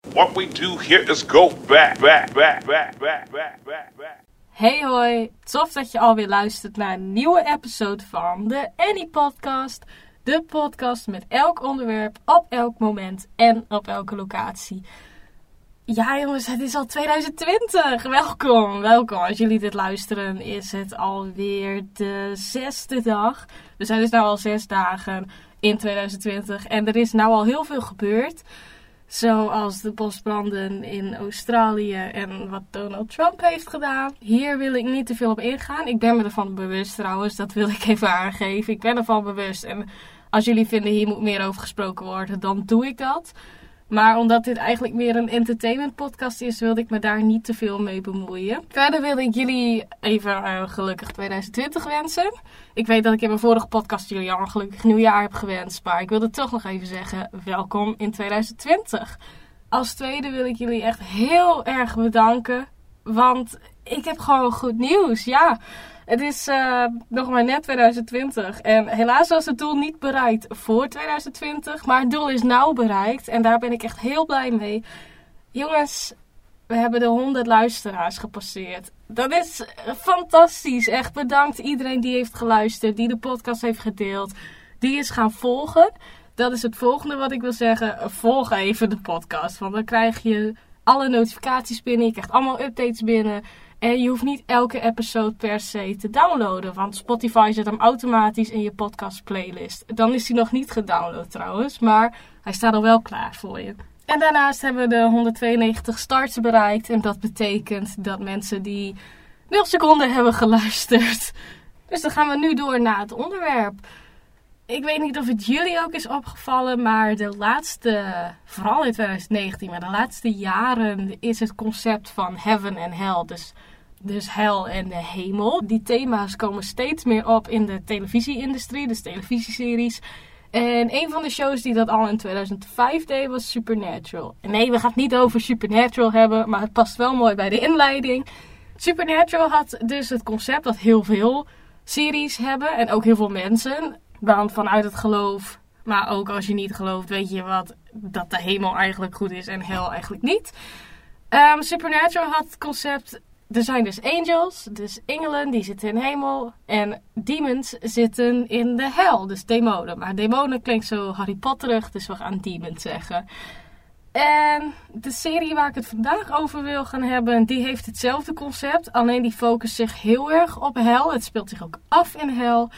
What we do here is go back. Hey hoi, tof dat je alweer luistert naar een nieuwe episode van de Annie Podcast. De podcast met elk onderwerp, op elk moment en op elke locatie. Ja jongens, het is al 2020. Welkom. Als jullie dit luisteren is het alweer de 6e dag. We zijn dus nu al 6 dagen in 2020 en er is nou al heel veel gebeurd. Zoals de bosbranden in Australië en wat Donald Trump heeft gedaan. Hier wil ik niet te veel op ingaan. Ik ben me ervan bewust trouwens, dat wil ik even aangeven. Ik ben ervan bewust en als jullie vinden hier moet meer over gesproken worden, dan doe ik dat. Maar omdat dit eigenlijk meer een entertainment podcast is, wilde ik me daar niet te veel mee bemoeien. Verder wilde ik jullie even gelukkig 2020 wensen. Ik weet dat ik in mijn vorige podcast jullie al een gelukkig nieuwjaar heb gewenst. Maar ik wilde toch nog even zeggen, welkom in 2020. Als tweede wil ik jullie echt heel erg bedanken. Want ik heb gewoon goed nieuws. Ja, het is nog maar net 2020. En helaas was het doel niet bereikt voor 2020. Maar het doel is nou bereikt. En daar ben ik echt heel blij mee. Jongens, we hebben de 100 luisteraars gepasseerd. Dat is fantastisch. Echt bedankt iedereen die heeft geluisterd. Die de podcast heeft gedeeld. Die is gaan volgen. Dat is het volgende wat ik wil zeggen. Volg even de podcast. Want dan krijg je alle notificaties binnen. Je krijgt allemaal updates binnen. En je hoeft niet elke episode per se te downloaden. Want Spotify zet hem automatisch in je podcast playlist. Dan is hij nog niet gedownload trouwens. Maar hij staat al wel klaar voor je. En daarnaast hebben we de 192 starts bereikt. En dat betekent dat mensen die 0 seconden hebben geluisterd. Dus dan gaan we nu door naar het onderwerp. Ik weet niet of het jullie ook is opgevallen, maar de laatste, vooral in 2019, maar de laatste jaren is het concept van heaven en hell, dus hel en de hemel. Die thema's komen steeds meer op in de televisieindustrie, dus televisieseries. En een van de shows die dat al in 2005 deed was Supernatural. En nee, we gaan het niet over Supernatural hebben, maar het past wel mooi bij de inleiding. Supernatural had dus het concept dat heel veel series hebben en ook heel veel mensen. Want vanuit het geloof, maar ook als je niet gelooft, weet je wat, dat de hemel eigenlijk goed is en hel eigenlijk niet. Supernatural had het concept, er zijn dus angels, dus engelen, die zitten in de hemel. En demons zitten in de hel, dus demonen. Maar demonen klinkt zo Harry Potterig, dus we gaan demons zeggen. En de serie waar ik het vandaag over wil gaan hebben, die heeft hetzelfde concept. Alleen die focust zich heel erg op hel. Het speelt zich ook af in hel.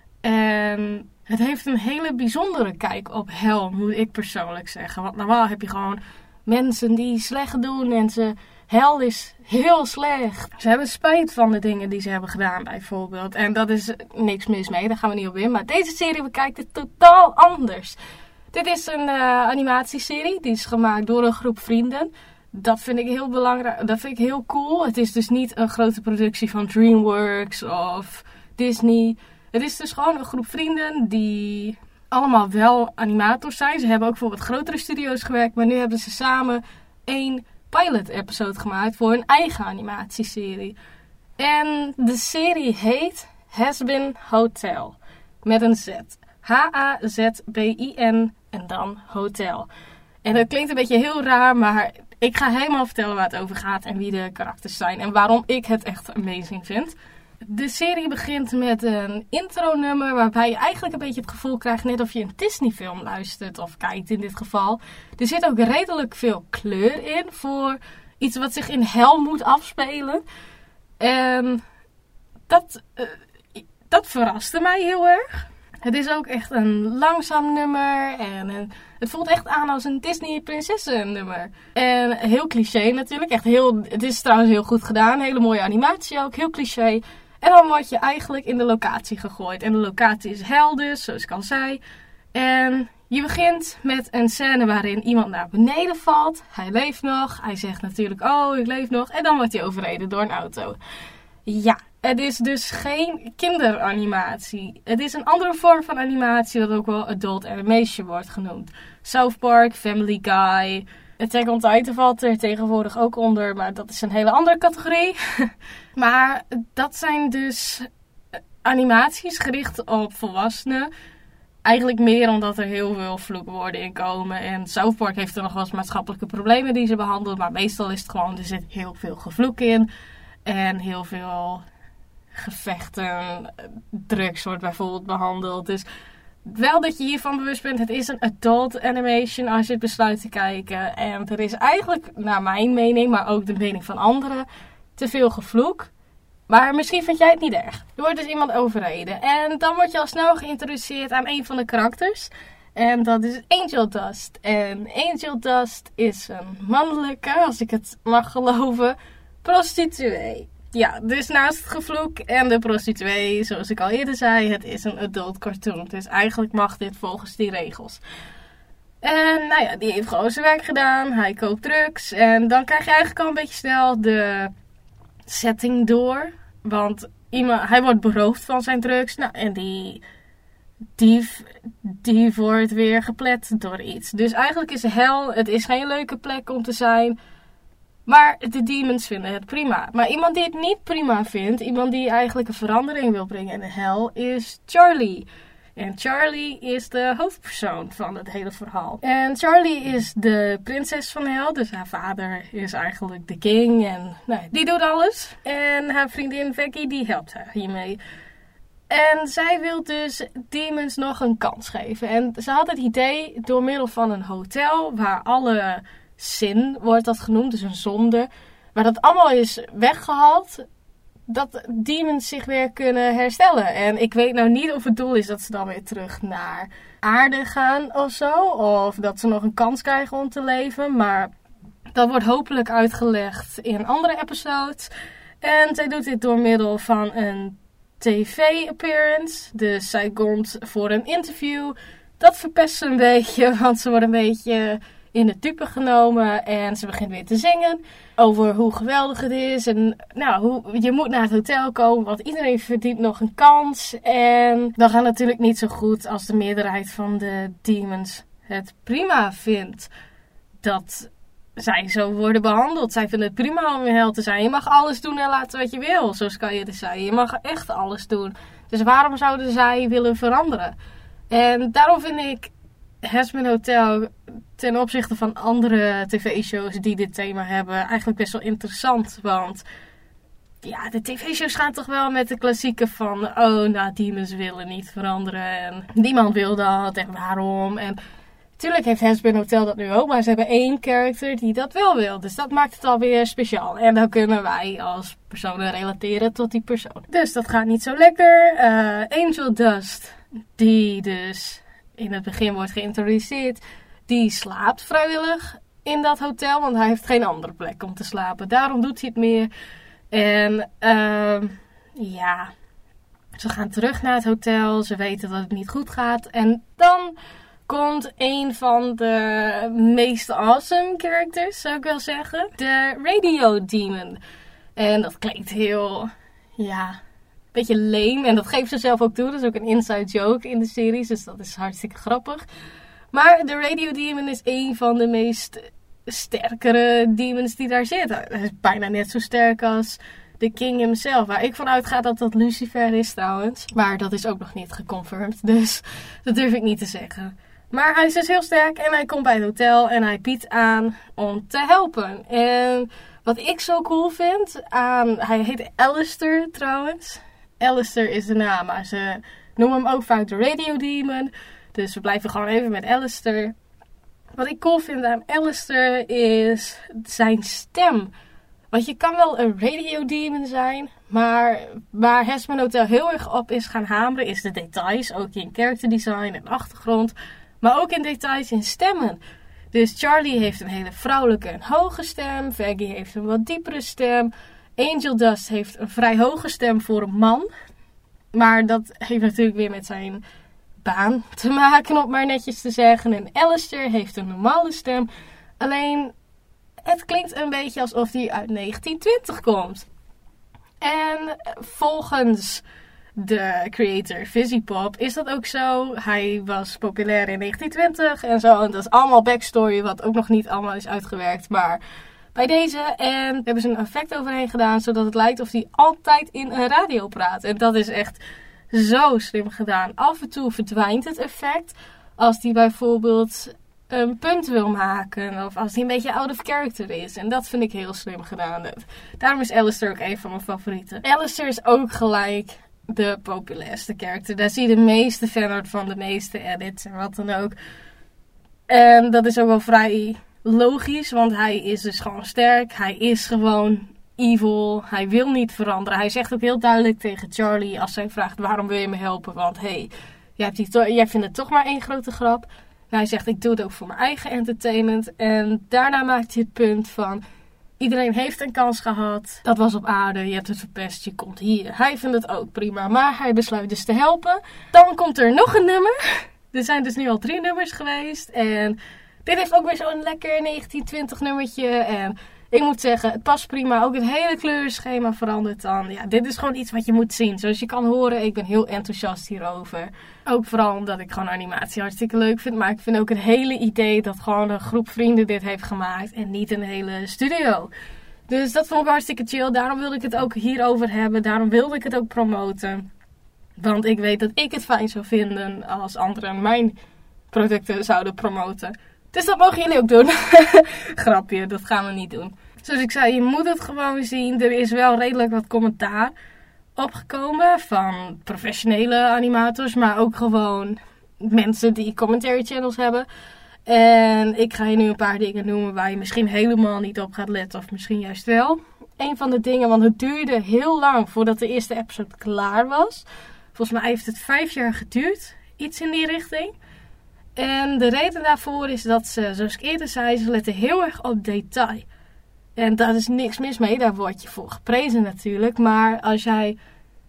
En het heeft een hele bijzondere kijk op hel, moet ik persoonlijk zeggen. Want normaal heb je gewoon mensen die slecht doen en hel is heel slecht. Ze hebben spijt van de dingen die ze hebben gedaan bijvoorbeeld. En dat is niks mis mee, daar gaan we niet op in. Maar deze serie bekijkt het totaal anders. Dit is een animatieserie, die is gemaakt door een groep vrienden. Dat vind ik heel belangrijk, dat vind ik heel cool. Het is dus niet een grote productie van DreamWorks of Disney. Het is dus gewoon een groep vrienden die allemaal wel animators zijn. Ze hebben ook voor wat grotere studio's gewerkt. Maar nu hebben ze samen 1 pilot-episode gemaakt voor hun eigen animatieserie. En de serie heet Hazbin Hotel. Met een Z. Hazbin en dan Hotel. En dat klinkt een beetje heel raar, maar ik ga helemaal vertellen waar het over gaat en wie de karakters zijn. En waarom ik het echt amazing vind. De serie begint met een intro-nummer waarbij je eigenlijk een beetje het gevoel krijgt net of je een Disney-film luistert of kijkt in dit geval. Er zit ook redelijk veel kleur in voor iets wat zich in hel moet afspelen. En dat verraste mij heel erg. Het is ook echt een langzaam nummer en het voelt echt aan als een Disney prinsessen nummer. En heel cliché natuurlijk, het is trouwens heel goed gedaan, hele mooie animatie ook, heel cliché. En dan word je eigenlijk in de locatie gegooid. En de locatie is hel dus, zoals ik al zei. En je begint met een scène waarin iemand naar beneden valt. Hij leeft nog. Hij zegt natuurlijk, oh, ik leef nog. En dan wordt hij overreden door een auto. Ja, het is dus geen kinderanimatie. Het is een andere vorm van animatie, dat ook wel adult animation wordt genoemd. South Park, Family Guy. Attack on Titan valt er tegenwoordig ook onder, maar dat is een hele andere categorie. Maar dat zijn dus animaties gericht op volwassenen Eigenlijk meer omdat er heel veel vloekwoorden in komen. En South Park heeft er nog wel eens maatschappelijke problemen die ze behandelen. Maar meestal is het gewoon, er zit heel veel gevloek in. En heel veel gevechten, drugs wordt bijvoorbeeld behandeld. Dus wel dat je hiervan bewust bent, het is een adult animation als je het besluit te kijken. En er is eigenlijk, naar mijn mening, maar ook de mening van anderen, te veel gevloek. Maar misschien vind jij het niet erg. Er wordt dus iemand overreden. En dan word je al snel geïntroduceerd aan een van de karakters. En dat is Angel Dust. En Angel Dust is een mannelijke, als ik het mag geloven, prostituee. Ja, dus naast het gevloek en de prostituee, zoals ik al eerder zei, het is een adult cartoon. Dus eigenlijk mag dit volgens die regels. En nou ja, die heeft gewoon zijn werk gedaan. Hij koopt drugs. En dan krijg je eigenlijk al een beetje snel de setting door. Want hij wordt beroofd van zijn drugs. Nou, en die wordt weer geplet door iets. Dus eigenlijk is hel, het is geen leuke plek om te zijn. Maar de demons vinden het prima. Maar iemand die het niet prima vindt, iemand die eigenlijk een verandering wil brengen in de hel, is Charlie. En Charlie is de hoofdpersoon van het hele verhaal. En Charlie is de prinses van de hel. Dus haar vader is eigenlijk de king. En die doet alles. En haar vriendin Becky, die helpt haar hiermee. En zij wil dus demons nog een kans geven. En ze had het idee door middel van een hotel waar alle sin wordt dat genoemd, dus een zonde, waar dat allemaal is weggehaald, dat demons zich weer kunnen herstellen. En ik weet nou niet of het doel is dat ze dan weer terug naar aarde gaan of zo, of dat ze nog een kans krijgen om te leven, maar dat wordt hopelijk uitgelegd in andere episodes. En zij doet dit door middel van een tv-appearance, dus zij komt voor een interview. Dat verpest ze een beetje, want ze wordt een beetje in de dupe genomen en ze begint weer te zingen over hoe geweldig het is en je moet naar het hotel komen, want iedereen verdient nog een kans. En dat gaat natuurlijk niet zo goed als de meerderheid van de demons het prima vindt dat zij zo worden behandeld. Zij vinden het prima om een held te zijn. Je mag alles doen en laten wat je wil, zoals kan je dus zeggen. Je mag echt alles doen. Dus waarom zouden zij willen veranderen? En daarom vind ik Hazbin Hotel ten opzichte van andere tv-shows die dit thema hebben eigenlijk best wel interessant. Want ja, de tv-shows gaan toch wel met de klassieke van demons willen niet veranderen en niemand wil dat en waarom. En natuurlijk heeft Hazbin Hotel dat nu ook, maar ze hebben één character die dat wel wil. Dus dat maakt het alweer speciaal. En dan kunnen wij als personen relateren tot die persoon. Dus dat gaat niet zo lekker. Angel Dust, die dus in het begin wordt geïntroduceerd, die slaapt vrijwillig in dat hotel, want hij heeft geen andere plek om te slapen. Daarom doet hij het meer. En ze gaan terug naar het hotel. Ze weten dat het niet goed gaat. En dan komt een van de meest awesome characters, zou ik wel zeggen. De Radio Demon. En dat klinkt heel, beetje lame. En dat geeft ze zelf ook toe. Dat is ook een inside joke in de series. Dus dat is hartstikke grappig. Maar de Radio Demon is een van de meest sterkere demons die daar zitten. Hij is bijna net zo sterk als de King himself. Waar ik vanuit ga dat dat Lucifer is trouwens. Maar dat is ook nog niet geconfirmed. Dus dat durf ik niet te zeggen. Maar hij is dus heel sterk en hij komt bij het hotel en hij biedt aan om te helpen. En wat ik zo cool vind hij heet Alistair trouwens. Alistair is de naam, maar ze noemen hem ook vaak de Radio Demon. Dus we blijven gewoon even met Alistair. Wat ik cool vind aan Alistair is zijn stem. Want je kan wel een Radio Demon zijn, maar waar Hazbin Hotel heel erg op is gaan hameren is de details. Ook in character design en achtergrond. Maar ook in details in stemmen. Dus Charlie heeft een hele vrouwelijke en hoge stem. Veggie heeft een wat diepere stem. Angel Dust heeft een vrij hoge stem voor een man. Maar dat heeft natuurlijk weer met zijn baan te maken, om maar netjes te zeggen. En Alistair heeft een normale stem. Alleen, het klinkt een beetje alsof hij uit 1920 komt. En volgens de creator Fizzypop is dat ook zo. Hij was populair in 1920 en zo. En dat is allemaal backstory wat ook nog niet allemaal is uitgewerkt. Maar bij deze. En hebben ze een effect overheen gedaan zodat het lijkt of hij altijd in een radio praat. En dat is echt zo slim gedaan. Af en toe verdwijnt het effect. Als die bijvoorbeeld een punt wil maken. Of als hij een beetje out of character is. En dat vind ik heel slim gedaan. Daarom is Alistair ook een van mijn favorieten. Alistair is ook gelijk de populairste character. Daar zie je de meeste fanart van, de meeste edits en wat dan ook. En dat is ook wel vrij logisch. Want hij is dus gewoon sterk. Hij is gewoon evil. Hij wil niet veranderen. Hij zegt ook heel duidelijk tegen Charlie als zij vraagt waarom wil je me helpen. Want hey, jij vindt het toch maar één grote grap. En hij zegt ik doe het ook voor mijn eigen entertainment. En daarna maakt hij het punt van iedereen heeft een kans gehad. Dat was op aarde. Je hebt het verpest. Je komt hier. Hij vindt het ook prima. Maar hij besluit dus te helpen. Dan komt er nog een nummer. Er zijn dus nu al 3 nummers geweest. En dit heeft ook weer zo'n lekker 1920 nummertje. En ik moet zeggen, het past prima. Ook het hele kleurenschema verandert dan. Ja, dit is gewoon iets wat je moet zien. Zoals je kan horen, ik ben heel enthousiast hierover. Ook vooral omdat ik gewoon animatie hartstikke leuk vind. Maar ik vind ook het hele idee dat gewoon een groep vrienden dit heeft gemaakt. En niet een hele studio. Dus dat vond ik hartstikke chill. Daarom wilde ik het ook hierover hebben. Daarom wilde ik het ook promoten. Want ik weet dat ik het fijn zou vinden als anderen mijn producten zouden promoten. Dus dat mogen jullie ook doen. Grapje, dat gaan we niet doen. Zoals ik zei, je moet het gewoon zien. Er is wel redelijk wat commentaar opgekomen van professionele animators. Maar ook gewoon mensen die commentary channels hebben. En ik ga je nu een paar dingen noemen waar je misschien helemaal niet op gaat letten. Of misschien juist wel. Een van de dingen, want het duurde heel lang voordat de eerste episode klaar was. Volgens mij heeft het 5 jaar geduurd. Iets in die richting. En de reden daarvoor is dat ze, zoals ik eerder zei, ze letten heel erg op detail. En daar is niks mis mee, daar word je voor geprezen natuurlijk. Maar als jij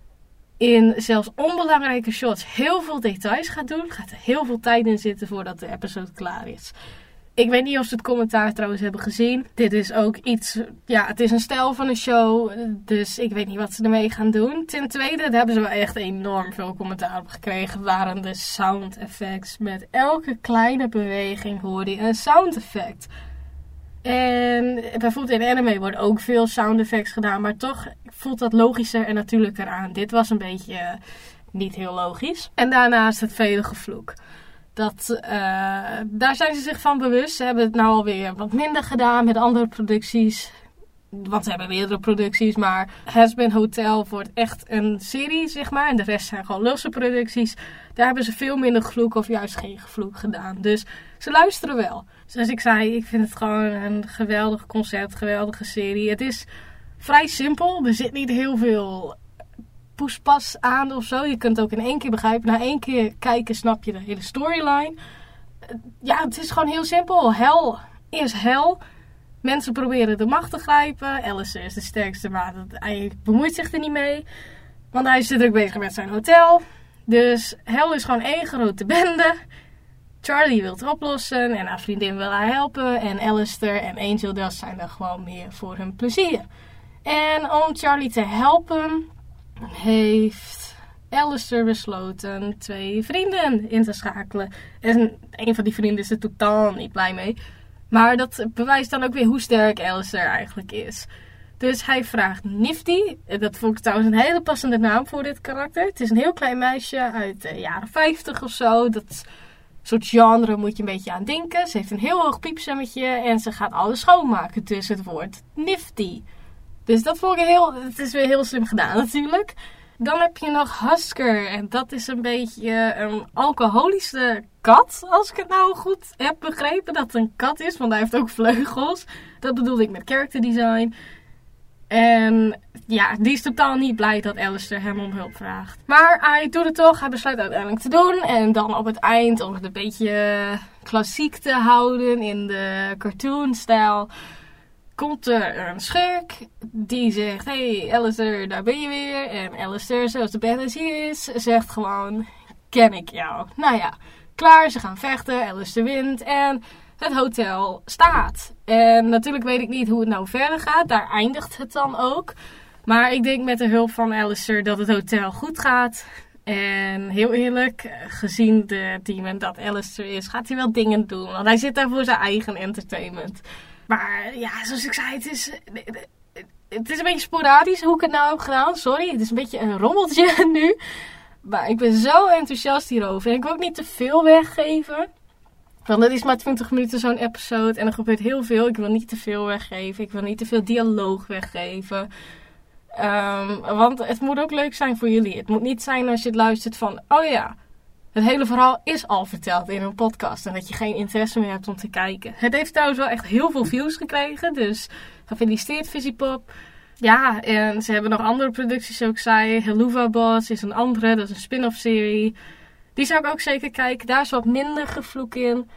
in zelfs onbelangrijke shots heel veel details gaat doen, gaat er heel veel tijd in zitten voordat de episode klaar is. Ik weet niet of ze het commentaar trouwens hebben gezien. Dit is ook iets, ja, het is een stijl van een show. Dus ik weet niet wat ze ermee gaan doen. Ten tweede, daar hebben ze wel echt enorm veel commentaar op gekregen. Waren de sound effects. Met elke kleine beweging hoorde je een sound effect. En bijvoorbeeld in anime worden ook veel sound effects gedaan. Maar toch voelt dat logischer en natuurlijker aan. Dit was een beetje niet heel logisch. En daarnaast het vele gevloek. Daar zijn ze zich van bewust. Ze hebben het nou alweer wat minder gedaan met andere producties. Want ze hebben meerdere producties. Maar Hazbin Hotel wordt echt een serie, zeg maar. En de rest zijn gewoon losse producties. Daar hebben ze veel minder gevloek of juist geen gevloek gedaan. Dus ze luisteren wel. Zoals ik zei, ik vind het gewoon een geweldig concept. Geweldige serie. Het is vrij simpel. Er zit niet heel veel poespas aan of zo. Je kunt het ook in 1 keer begrijpen. Na 1 keer kijken snap je de hele storyline. Ja, het is gewoon heel simpel. Hel is hel. Mensen proberen de macht te grijpen. Alistair is de sterkste, maar hij bemoeit zich er niet mee. Want hij is te druk bezig met zijn hotel. Dus hel is gewoon 1 grote bende. Charlie wil het oplossen en haar vriendin wil haar helpen. En Alistair en Angel Dust zijn er gewoon meer voor hun plezier. En om Charlie te helpen heeft Alistair besloten 2 vrienden in te schakelen. En een van die vrienden is er totaal niet blij mee. Maar dat bewijst dan ook weer hoe sterk Alistair eigenlijk is. Dus hij vraagt Nifty. Dat vond ik trouwens een hele passende naam voor dit karakter. Het is een heel klein meisje uit de jaren 50 of zo. Dat soort genre moet je een beetje aan denken. Ze heeft een heel hoog piepstemmetje en ze gaat alles schoonmaken. Dus het woord Nifty. Dus dat vond ik het is weer heel slim gedaan natuurlijk. Dan heb je nog Husker. En dat is een beetje een alcoholische kat. Als ik het nou goed heb begrepen dat het een kat is. Want hij heeft ook vleugels. Dat bedoelde ik met character design. En ja, die is totaal niet blij dat Alistair hem om hulp vraagt. Maar hij doet het toch. Hij besluit uiteindelijk te doen. En dan op het eind, om het een beetje klassiek te houden in de cartoonstijl, komt er een schurk die zegt: hey Alistair, daar ben je weer. En Alistair, zoals de band als hij is, zegt gewoon: ken ik jou. Nou ja, klaar, ze gaan vechten. Alistair wint en het hotel staat. En natuurlijk weet ik niet hoe het nou verder gaat. Daar eindigt het dan ook. Maar ik denk met de hulp van Alistair dat het hotel goed gaat. En heel eerlijk, gezien de demon dat Alistair is, gaat hij wel dingen doen. Want hij zit daar voor zijn eigen entertainment. Maar ja, zoals ik zei, het is een beetje sporadisch hoe ik het nou heb gedaan. Sorry, het is een beetje een rommeltje nu. Maar ik ben zo enthousiast hierover. En ik wil ook niet te veel weggeven. Want het is maar 20 minuten zo'n episode. En er gebeurt heel veel. Ik wil niet te veel weggeven. Ik wil niet te veel dialoog weggeven. Want het moet ook leuk zijn voor jullie. Het moet niet zijn als je het luistert van... Oh ja, het hele verhaal is al verteld in een podcast. En dat je geen interesse meer hebt om te kijken. Het heeft trouwens wel echt heel veel views gekregen. Dus gefeliciteerd Visipop. Ja, en ze hebben nog andere producties zoals ik zei. Helluva Boss is een andere. Dat is een spin-off serie. Die zou ik ook zeker kijken. Daar is wat minder gevloek in.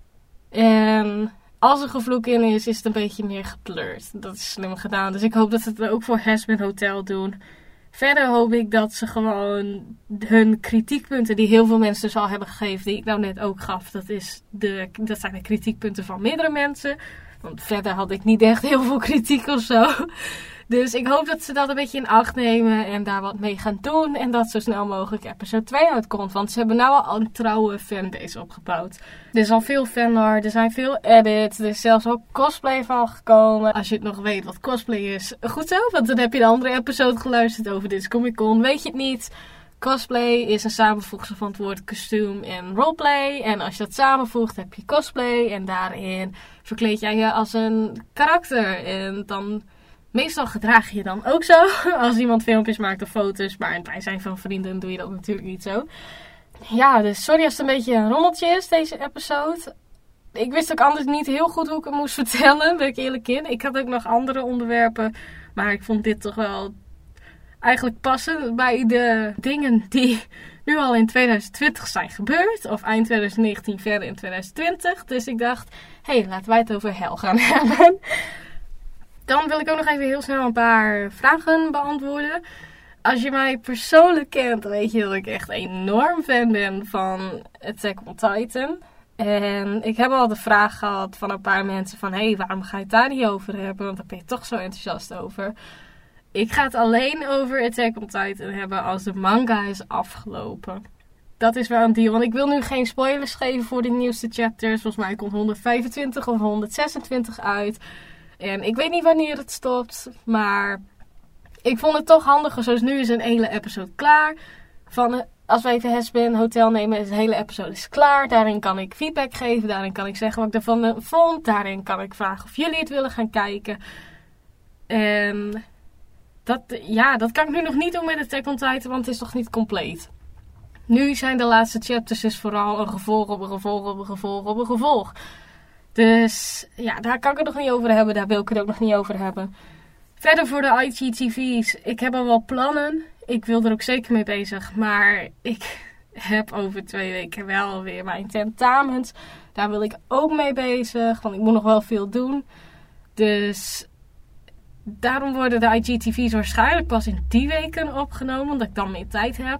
En als er gevloek in is het een beetje meer geblurred. Dat is slim gedaan. Dus ik hoop dat ze het ook voor Hazbin Hotel doen. Verder hoop ik dat ze gewoon hun kritiekpunten, die heel veel mensen dus al hebben gegeven, die ik nou net ook gaf, dat zijn de kritiekpunten van meerdere mensen. Want verder had ik niet echt heel veel kritiek of zo. Dus ik hoop dat ze dat een beetje in acht nemen en daar wat mee gaan doen. En dat zo snel mogelijk episode 2 uitkomt. Want ze hebben nou al een trouwe fanbase opgebouwd. Er is al veel fanart, er zijn veel edits. Er is zelfs ook cosplay van gekomen. Als je het nog weet wat cosplay is, goed zo. Want dan heb je de andere episode geluisterd over Dit is Comic Con. Weet je het niet? Cosplay is een samenvoegsel van het woord kostuum en roleplay. En als je dat samenvoegt, heb je cosplay. En daarin verkleed jij je als een karakter. En dan... Meestal gedraag je je dan ook zo. Als iemand filmpjes maakt of foto's. Maar in het bijzijn van vrienden doe je dat natuurlijk niet zo. Ja, dus sorry als het een beetje een rommeltje is, deze episode. Ik wist ook anders niet heel goed hoe ik het moest vertellen. Ben ik eerlijk in. Ik had ook nog andere onderwerpen. Maar ik vond dit toch wel eigenlijk passen bij de dingen die nu al in 2020 zijn gebeurd. Of eind 2019 verder in 2020. Dus ik dacht, laten wij het over hel gaan hebben. Dan wil ik ook nog even heel snel een paar vragen beantwoorden. Als je mij persoonlijk kent, dan weet je dat ik echt enorm fan ben van Attack on Titan. En ik heb al de vraag gehad van een paar mensen van... waarom ga je het daar niet over hebben? Want daar ben je toch zo enthousiast over. Ik ga het alleen over Attack on Titan hebben als de manga is afgelopen. Dat is wel een deal, want ik wil nu geen spoilers geven voor de nieuwste chapters. Volgens mij komt 125 of 126 uit... En ik weet niet wanneer het stopt, maar ik vond het toch handiger. Zoals nu is een hele episode klaar. Als we even Hazbin Hotel nemen, is de hele episode is klaar. Daarin kan ik feedback geven, daarin kan ik zeggen wat ik ervan vond. Daarin kan ik vragen of jullie het willen gaan kijken. En dat kan ik nu nog niet doen met Attack on Titan, want het is nog niet compleet. Nu zijn de laatste chapters dus vooral een gevolg op een gevolg op een gevolg op een gevolg. Dus ja, daar kan ik het nog niet over hebben. Daar wil ik het ook nog niet over hebben. Verder voor de IGTV's. Ik heb al wel plannen. Ik wil er ook zeker mee bezig. Maar ik heb over 2 weken wel weer mijn tentamens. Daar wil ik ook mee bezig. Want ik moet nog wel veel doen. Dus daarom worden de IGTV's waarschijnlijk pas in die weken opgenomen. Omdat ik dan meer tijd heb.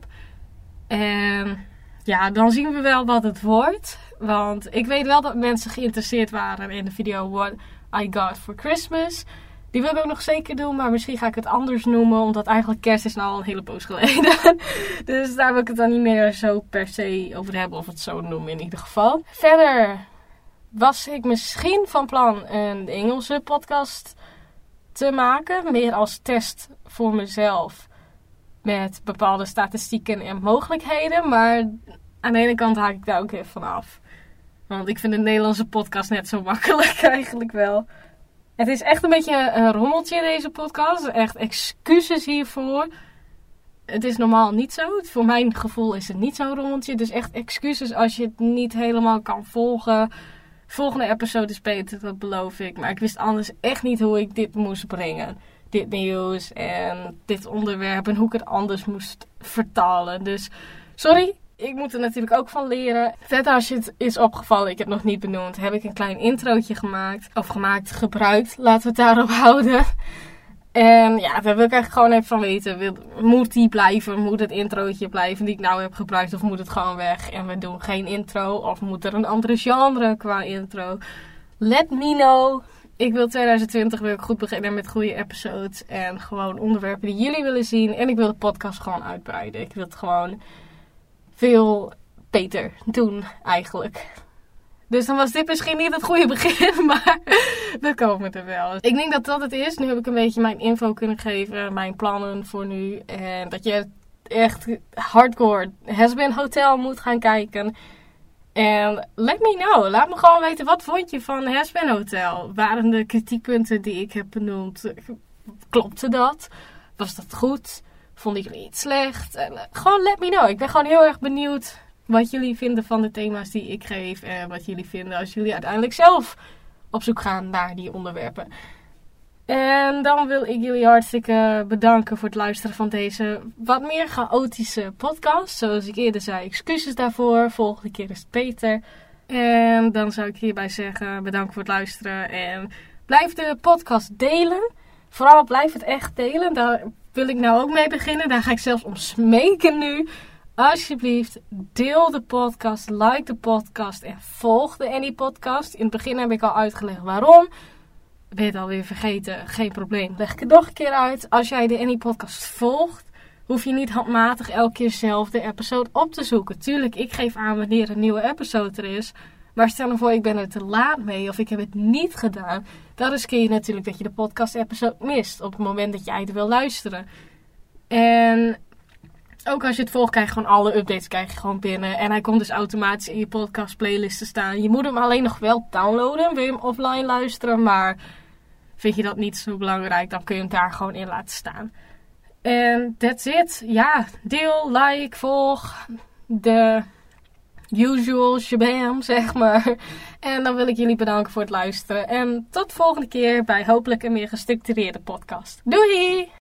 En ja, dan zien we wel wat het wordt. Want ik weet wel dat mensen geïnteresseerd waren in de video What I Got for Christmas. Die wil ik ook nog zeker doen, maar misschien ga ik het anders noemen. Omdat eigenlijk kerst is nou al een hele poos geleden. Dus daar wil ik het dan niet meer zo per se over hebben. Of het zo noemen in ieder geval. Verder was ik misschien van plan een Engelse podcast te maken. Meer als test voor mezelf. Met bepaalde statistieken en mogelijkheden. Maar aan de ene kant haak ik daar ook even van af. Want ik vind de Nederlandse podcast net zo makkelijk eigenlijk wel. Het is echt een beetje een rommeltje deze podcast. Echt excuses hiervoor. Het is normaal niet zo. Voor mijn gevoel is het niet zo'n rommeltje. Dus echt excuses als je het niet helemaal kan volgen. Volgende episode is beter, dat beloof ik. Maar ik wist anders echt niet hoe ik dit moest brengen. Dit nieuws en dit onderwerp en hoe ik het anders moest vertalen. Dus sorry, ik moet er natuurlijk ook van leren. Verder als je het is opgevallen, ik heb het nog niet benoemd, heb ik een klein introotje gemaakt. Of gebruikt, laten we het daarop houden. En ja, daar wil ik eigenlijk gewoon even van weten. Moet die blijven? Moet het introotje blijven die ik nou heb gebruikt? Of moet het gewoon weg? En we doen geen intro? Of moet er een andere genre qua intro? Let me know. Ik wil 2020 wil ik goed beginnen met goede episodes. En gewoon onderwerpen die jullie willen zien. En ik wil de podcast gewoon uitbreiden. Ik wil het gewoon veel beter doen eigenlijk. Dus dan was dit misschien niet het goede begin, maar we komen er wel. Ik denk dat dat het is. Nu heb ik een beetje mijn info kunnen geven, mijn plannen voor nu. En dat je echt hardcore Has-Been Hotel moet gaan kijken. En let me know. Laat me gewoon weten, wat vond je van Has-Been Hotel? Waren de kritiekpunten die ik heb benoemd, klopte dat? Was dat goed? Vonden jullie iets slecht? En, gewoon let me know. Ik ben gewoon heel erg benieuwd wat jullie vinden van de thema's die ik geef. En wat jullie vinden als jullie uiteindelijk zelf op zoek gaan naar die onderwerpen. En dan wil ik jullie hartstikke bedanken voor het luisteren van deze wat meer chaotische podcast. Zoals ik eerder zei, excuses daarvoor. Volgende keer is het beter. En dan zou ik hierbij zeggen, bedankt voor het luisteren. En blijf de podcast delen. Vooral blijf het echt delen. Daar wil ik nou ook mee beginnen. Daar ga ik zelfs om smeken nu. Alsjeblieft, deel de podcast, like de podcast en volg de Annie podcast. In het begin heb ik al uitgelegd waarom. Ben je het alweer vergeten? Geen probleem. Leg ik het nog een keer uit. Als jij de Annie podcast volgt, hoef je niet handmatig elke keer zelf de episode op te zoeken. Tuurlijk, ik geef aan wanneer een nieuwe episode er is. Maar stel nou voor, ik ben er te laat mee of ik heb het niet gedaan. Dan riskeer je natuurlijk dat je de podcast episode mist op het moment dat jij het wil luisteren. En ook als je het volgt, krijg je gewoon alle updates gewoon binnen. En hij komt dus automatisch in je podcast playlist te staan. Je moet hem alleen nog wel downloaden. Wil je hem offline luisteren, maar vind je dat niet zo belangrijk, dan kun je hem daar gewoon in laten staan. En that's it. Ja, deel, like, volg. De usual shabam, zeg maar. En dan wil ik jullie bedanken voor het luisteren. En tot de volgende keer bij hopelijk een meer gestructureerde podcast. Doei!